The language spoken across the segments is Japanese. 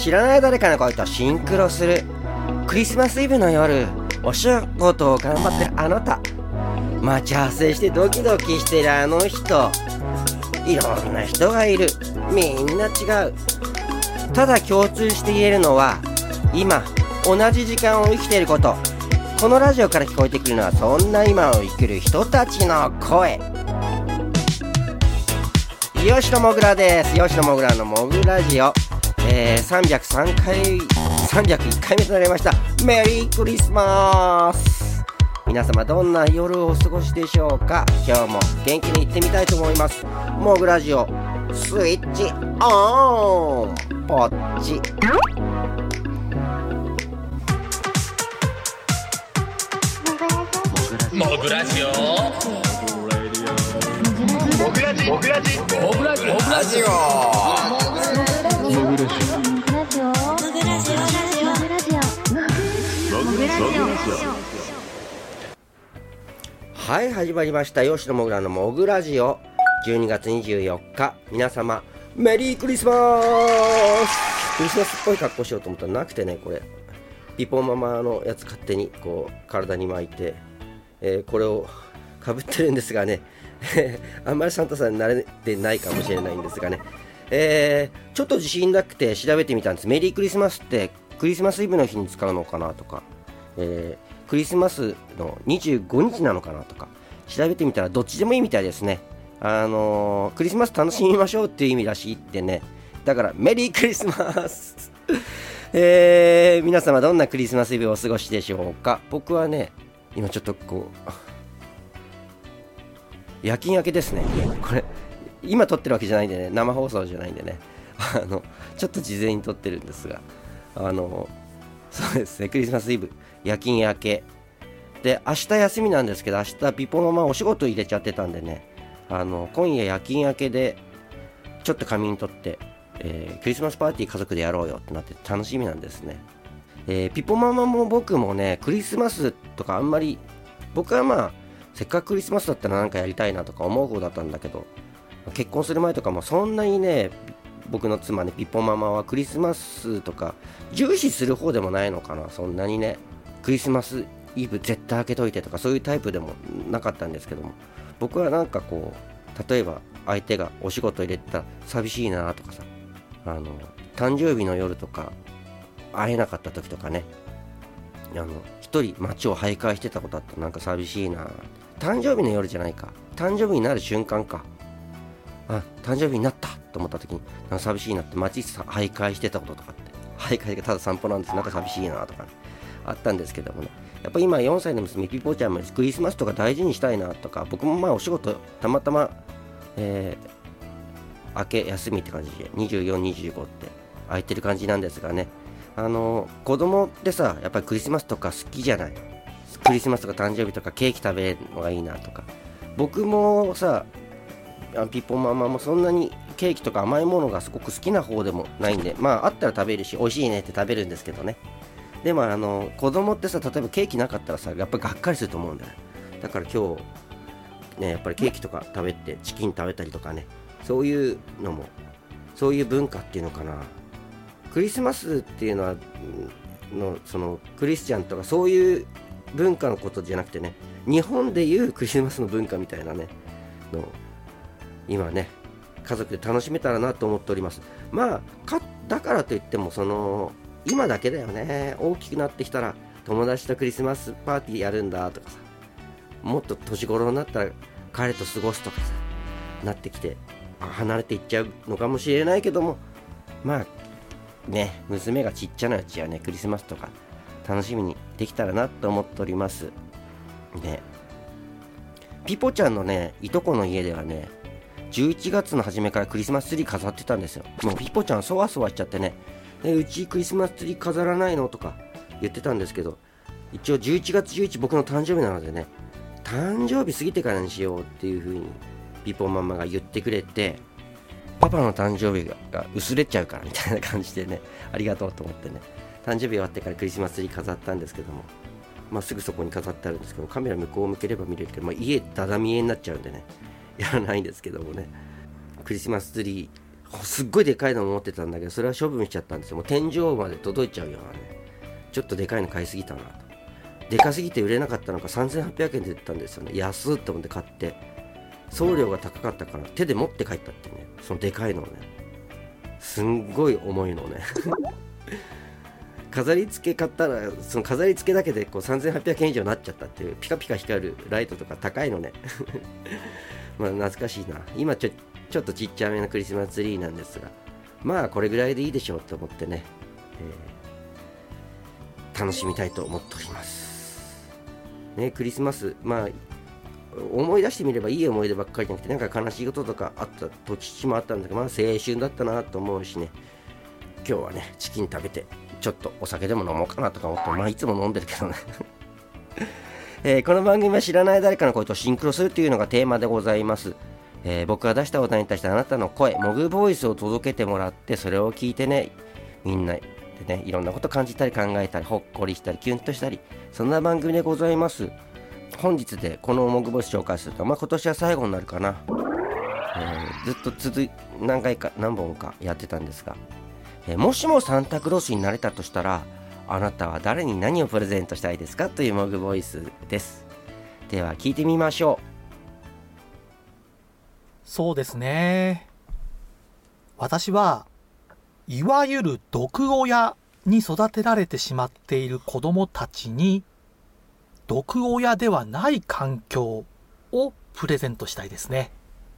知らない誰かの声とシンクロする。クリスマスイブの夜、お仕事を頑張ってるあなた、待ち合わせしてドキドキしてるあの人、いろんな人がいる。みんな違う。ただ共通して言えるのは、今同じ時間を生きていること。このラジオから聞こえてくるのは、そんな今を生きる人たちの声。吉野もぐらです。吉野もぐらのもぐラジオ、301回目となりました。メリークリスマス。皆様どんな夜をお過ごしでしょうか。今日も元気に行ってみたいと思います。もぐラジオスイッチオンポッチ。 もぐラジオもぐラジもぐラジもぐラジもぐラジオはい、始まりました吉野もぐらのもぐラジオ。12月24日、皆様メリークリスマス。クリスマスっぽい格好しようと思ったらなくてね、これピポママのやつ勝手にこう体に巻いて、これをかぶってるんですがねあんまりサンタさんに慣れてないかもしれないんですがね、ちょっと自信なくて調べてみたんです。メリークリスマスってクリスマスイブの日に使うのかなとか、クリスマスの25日なのかなとか調べてみたら、どっちでもいいみたいですね。クリスマス楽しみましょうっていう意味らしいってね。だからメリークリスマス皆様どんなクリスマスイブをお過ごしでしょうか。僕はね、今ちょっとこう夜勤明けですね。これ今撮ってるわけじゃないんでね、生放送じゃないんでね、ちょっと事前に撮ってるんですが、そうですね、クリスマスイブ夜勤明けで、明日休みなんですけど、明日ピポママお仕事入れちゃってたんでね、今夜夜勤明けでちょっと仮眠取って、クリスマスパーティー家族でやろうよってなって楽しみなんですね。ピポママも僕もね、クリスマスとかあんまり、僕はまあせっかくクリスマスだったらなんかやりたいなとか思う方だったんだけど、結婚する前とかもそんなにね、僕の妻ね、ピポママはクリスマスとか重視する方でもないのかな。そんなにね、クリスマスイブ絶対開けといてとかそういうタイプでもなかったんですけども、僕はなんかこう、例えば相手がお仕事入れてたら寂しいなとかさ、誕生日の夜とか会えなかった時とかね、一人街を徘徊してたことあったらなんか寂しいな。誕生日の夜じゃないか、誕生日になる瞬間か、誕生日になったと思った時になんか寂しいなって街徘徊してたこととかって、徘徊がただ散歩なんです、なんか寂しいなとかね、あったんですけどもね、やっぱ今4歳の娘ピポちゃんもクリスマスとか大事にしたいなとか、僕もまあお仕事たまたま、明け休みって感じで24、25って空いてる感じなんですがね、子供ってさ、やっぱりクリスマスとか好きじゃない。クリスマスとか誕生日とかケーキ食べるのがいいなとか、僕もさ、ピポママもそんなにケーキとか甘いものがすごく好きな方でもないんで、まああったら食べるし美味しいねって食べるんですけどね。でも子供ってさ、例えばケーキなかったらさ、やっぱりがっかりすると思うんだよ。だから今日ね、やっぱりケーキとか食べてチキン食べたりとかね、そういうのも、そういう文化っていうのかな。クリスマスっていうのはそのクリスチャンとかそういう文化のことじゃなくてね、日本でいうクリスマスの文化みたいなねの今ね、家族で楽しめたらなと思っております。まあだからといっても、その今だけだよね。大きくなってきたら友達とクリスマスパーティーやるんだとかさ、もっと年頃になったら彼と過ごすとかさなってきて、離れていっちゃうのかもしれないけども、まあね、娘がちっちゃなうちはね、クリスマスとか楽しみにできたらなと思っておりますね。ピポちゃんのね、いとこの家ではね、11月の初めからクリスマスツリー飾ってたんですよ。もうピポちゃんそわそわしちゃってね、うちクリスマスツリー飾らないのとか言ってたんですけど、一応11月11僕の誕生日なのでね、誕生日過ぎてからにしようっていう風にピポママが言ってくれて、パパの誕生日が薄れちゃうからみたいな感じでね、ありがとうと思ってね、誕生日終わってからクリスマスツリー飾ったんですけども、まあ、すぐそこに飾ってあるんですけど、カメラ向こうを向ければ見れるけど、まあ、家だだ見えになっちゃうんでね、やらないんですけどもね、クリスマスツリーすっごいでかいの持ってたんだけど、それは処分しちゃったんですよ。もう天井まで届いちゃうようなね、ちょっとでかいの買いすぎたなと。でかすぎて売れなかったのか3800円で売ったんですよね。安っと思って買って、送料が高かったから手で持って帰ったってね、そのでかいのをね、すんごい重いのをね飾り付け買ったら、その飾り付けだけでこう3800円以上になっちゃったっていう、ピカピカ光るライトとか高いのねまあ懐かしいな。今ちょっとちっちゃめのクリスマスツリーなんですが、まあこれぐらいでいいでしょうと思ってね、楽しみたいと思っておりますね。クリスマス、まあ思い出してみればいい思い出ばっかりじゃなくて、なんか悲しいこととかあった時もあったんだけど、まあ青春だったなと思うしね。今日はねチキン食べてちょっとお酒でも飲もうかなとか思って、まあいつも飲んでるけどねこの番組は知らない誰かの声とシンクロするというのがテーマでございます。僕が出したお題に対してあなたの声、モグボイスを届けてもらって、それを聞いてね、みんなでね、いろんなこと感じたり考えたり、ほっこりしたりキュンとしたり、そんな番組でございます。本日でこのモグボイス紹介すると、まあ今年は最後になるかな。ずっと何本かやってたんですが、もしもサンタクロースになれたとしたら、あなたは誰に何をプレゼントしたいですかというモグボイスです。では聞いてみましょう。 そうですね。私はいわゆる毒親に育てられてしまっている子供たちに、毒親ではない環境をプレゼントしたいですね。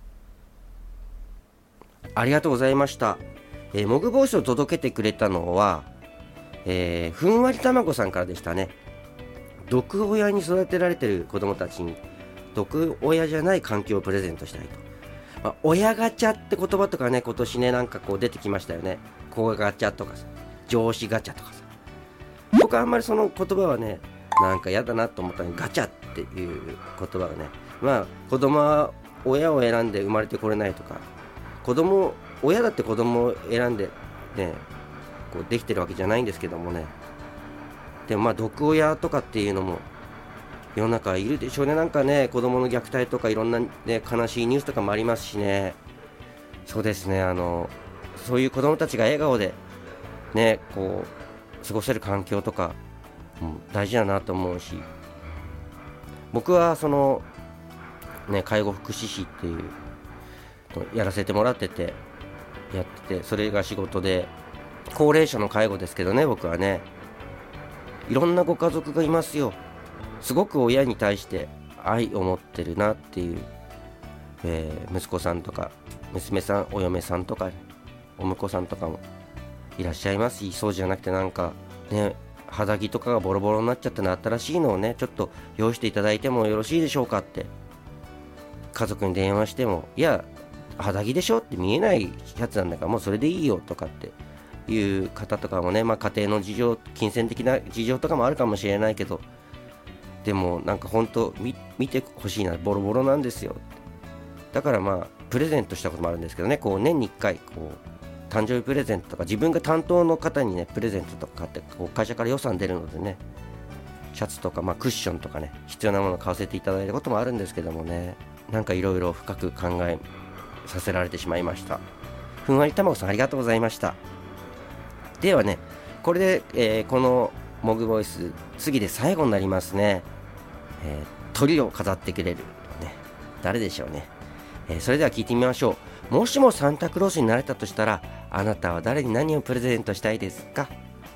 ありがとうございました。モグボイスを届けてくれたのは、ふんわりたまごさんからでしたね。毒親に育てられている子供たちに毒親じゃない環境をプレゼントしたいと。親ガチャって言葉とかね、今年ね、なんかこう出てきましたよね。子ガチャとかさ、上司ガチャとかさ。僕はあんまりその言葉はね、なんか嫌だなと思ったのに、ガチャっていう言葉がね、まあ子供は親を選んで生まれてこれないとか、親だって子供を選んでね、こうできてるわけじゃないんですけどもね。でもまあ毒親とかっていうのも世の中いるでしょうね。なんかね、子供の虐待とかいろんな、ね、悲しいニュースとかもありますしね。そうですね、そういう子供たちが笑顔でね、こう過ごせる環境とか、大事だなと思うし、僕はそのね、介護福祉士っていうやらせてもらってて、やってて、それが仕事で、高齢者の介護ですけどね、僕はね、いろんなご家族がいますよ。すごく親に対して愛を持ってるなっていう、息子さんとか娘さん、お嫁さんとかお婿さんとかもいらっしゃいますし、そうじゃなくてなんかね、肌着とかがボロボロになっちゃったの、新しいのをねちょっと用意していただいてもよろしいでしょうかって家族に電話しても、いや肌着でしょって見えないやつなんだからもうそれでいいよとかっていう方とかもね、まあ家庭の事情、金銭的な事情とかもあるかもしれないけど、でもなんか本当見てほしいな、ボロボロなんですよ。だからまあプレゼントしたこともあるんですけどね、こう年に1回こう誕生日プレゼントとか、自分が担当の方にねプレゼントとか買って、こう会社から予算出るのでね、シャツとか、まあクッションとかね、必要なものを買わせていただいたこともあるんですけどもね、なんかいろいろ深く考えさせられてしまいました。ふんわりたまごさんありがとうございました。ではね、これで、このモグボイス次で最後になりますね。鳥を飾ってくれる、ね、誰でしょうね。それでは聞いてみましょう。もしもサンタクロースになれたとしたら、あなたは誰に何をプレゼントしたいですか？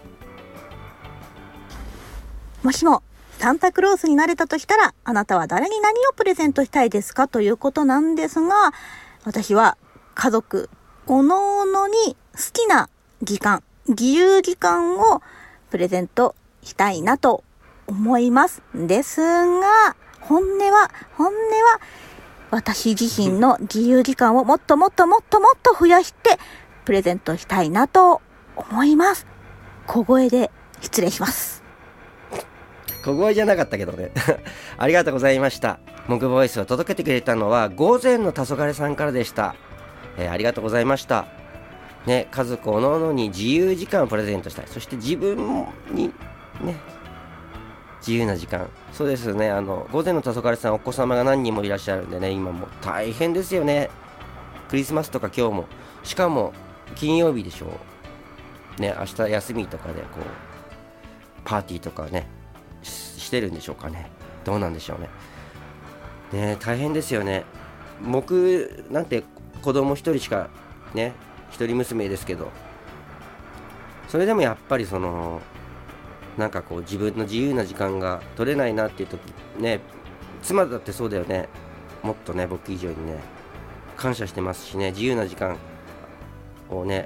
もしもサンタクロースになれたとしたら、あなたは誰に何をプレゼントしたいですかということなんですが、私は家族おのおのに好きな時間、自由時間をプレゼントしたいなと思いますですが、本音は私自身の自由時間をもっと増やしてプレゼントしたいなと思います。小声で失礼します。 小声じゃなかったけどねありがとうございました。モグボイスを届けてくれたのは午前の黄昏さんからでした。ありがとうございましたね。家族おのおのに自由時間をプレゼントしたい、そして自分にね自由な時間。そうですよね、午前の黄昏さん、お子様が何人もいらっしゃるんでね、今も大変ですよね。クリスマスとか今日もしかも金曜日でしょね、明日休みとかでこうパーティーとかね してるんでしょうかね。どうなんでしょうね。大変ですよね。僕なんて子供一人しかね、一人娘ですけど、それでもやっぱりなんかこう自分の自由な時間が取れないなっていう時ね、妻だってそうだよね。もっとね僕以上にね感謝してますしね、自由な時間をね、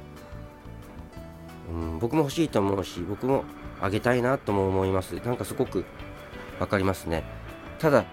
僕も欲しいと思うし、僕もあげたいなとも思います。なんかすごくわかりますね。ただ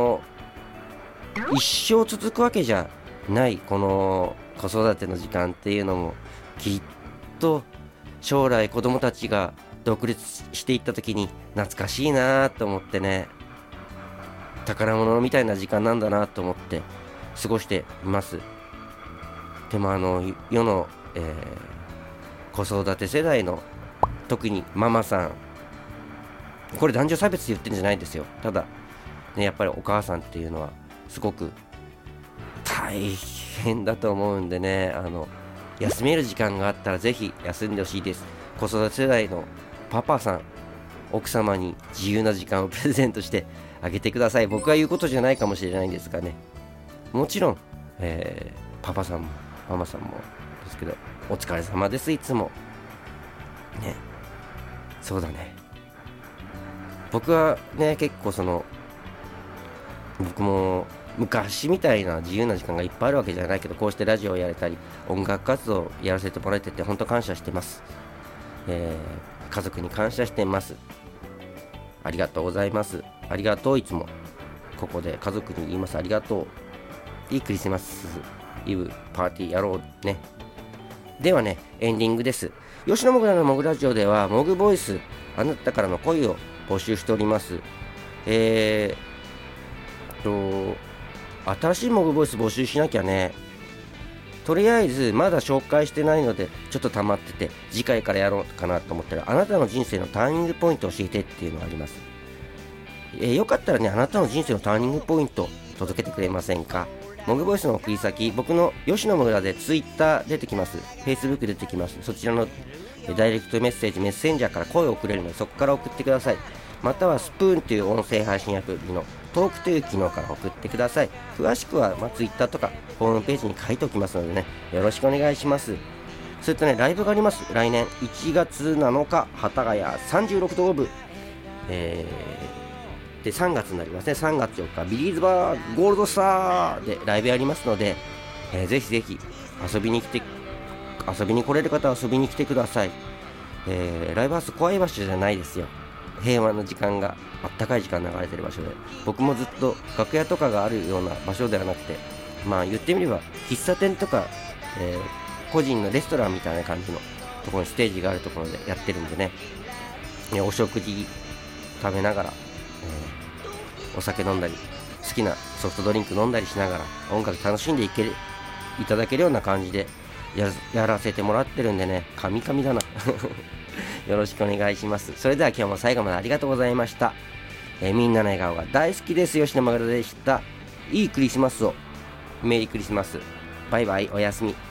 一生続くわけじゃないこの子育ての時間っていうのも、きっと将来子供たちが独立していった時に懐かしいなと思ってね、宝物みたいな時間なんだなと思って過ごしています。でも世の、子育て世代の特にママさん、これ男女差別言ってるんじゃないんですよ。ただね、やっぱりお母さんっていうのはすごく大変だと思うんでね、休める時間があったらぜひ休んでほしいです。子育て世代のパパさん、奥様に自由な時間をプレゼントしてあげてください。僕が言うことじゃないかもしれないんですがね、もちろん、パパさんもママさんもですけど、お疲れ様です。いつもね。そうだね、僕はね結構僕も昔みたいな自由な時間がいっぱいあるわけじゃないけど、こうしてラジオをやれたり音楽活動をやらせてもらえてて本当感謝してます。家族に感謝してます。ありがとうございます。ありがとう。いつもここで家族に言います。ありがとう。いいクリスマスイブパーティーやろうね。ではね、エンディングです。吉野もぐらのもぐラジオではモグボイス、あなたからの声を募集しております。新しいモグボイス募集しなきゃね。とりあえずまだ紹介してないのでちょっと溜まってて、次回からやろうかなと思ったら、あなたの人生のターニングポイントを教えてっていうのがあります。よかったらね、あなたの人生のターニングポイント届けてくれませんか。モグボイスの送り先、僕の吉野もぐらでツイッター出てきます、フェイスブック出てきます。そちらのダイレクトメッセージ、メッセンジャーから声を送れるので、そこから送ってください。またはスプーンという音声配信アプリのトークという機能から送ってください。詳しくは、ツイッターとかホームページに書いておきますのでね、よろしくお願いします。それとね、ライブがあります。来年1月7日幡ヶ谷36ドーム、で3月になりますね。3月4日ビリーズバーゴールドスターでライブやりますので、ぜひぜひ遊びに来れる方は遊びに来てください。ライブハウス怖い場所じゃないですよ。平和な時間が、あったかい時間流れてる場所で、僕もずっと楽屋とかがあるような場所ではなくて、言ってみれば喫茶店とか、個人のレストランみたいな感じのところにステージがあるところでやってるんでね、お食事食べながら、お酒飲んだり好きなソフトドリンク飲んだりしながら音楽楽しんでいただけるような感じでやらせてもらってるんでね、神々だなよろしくお願いします。それでは今日も最後までありがとうございました。みんなの笑顔が大好きです。吉野まぐろでした。いいクリスマスを。メリークリスマス。バイバイ。おやすみ。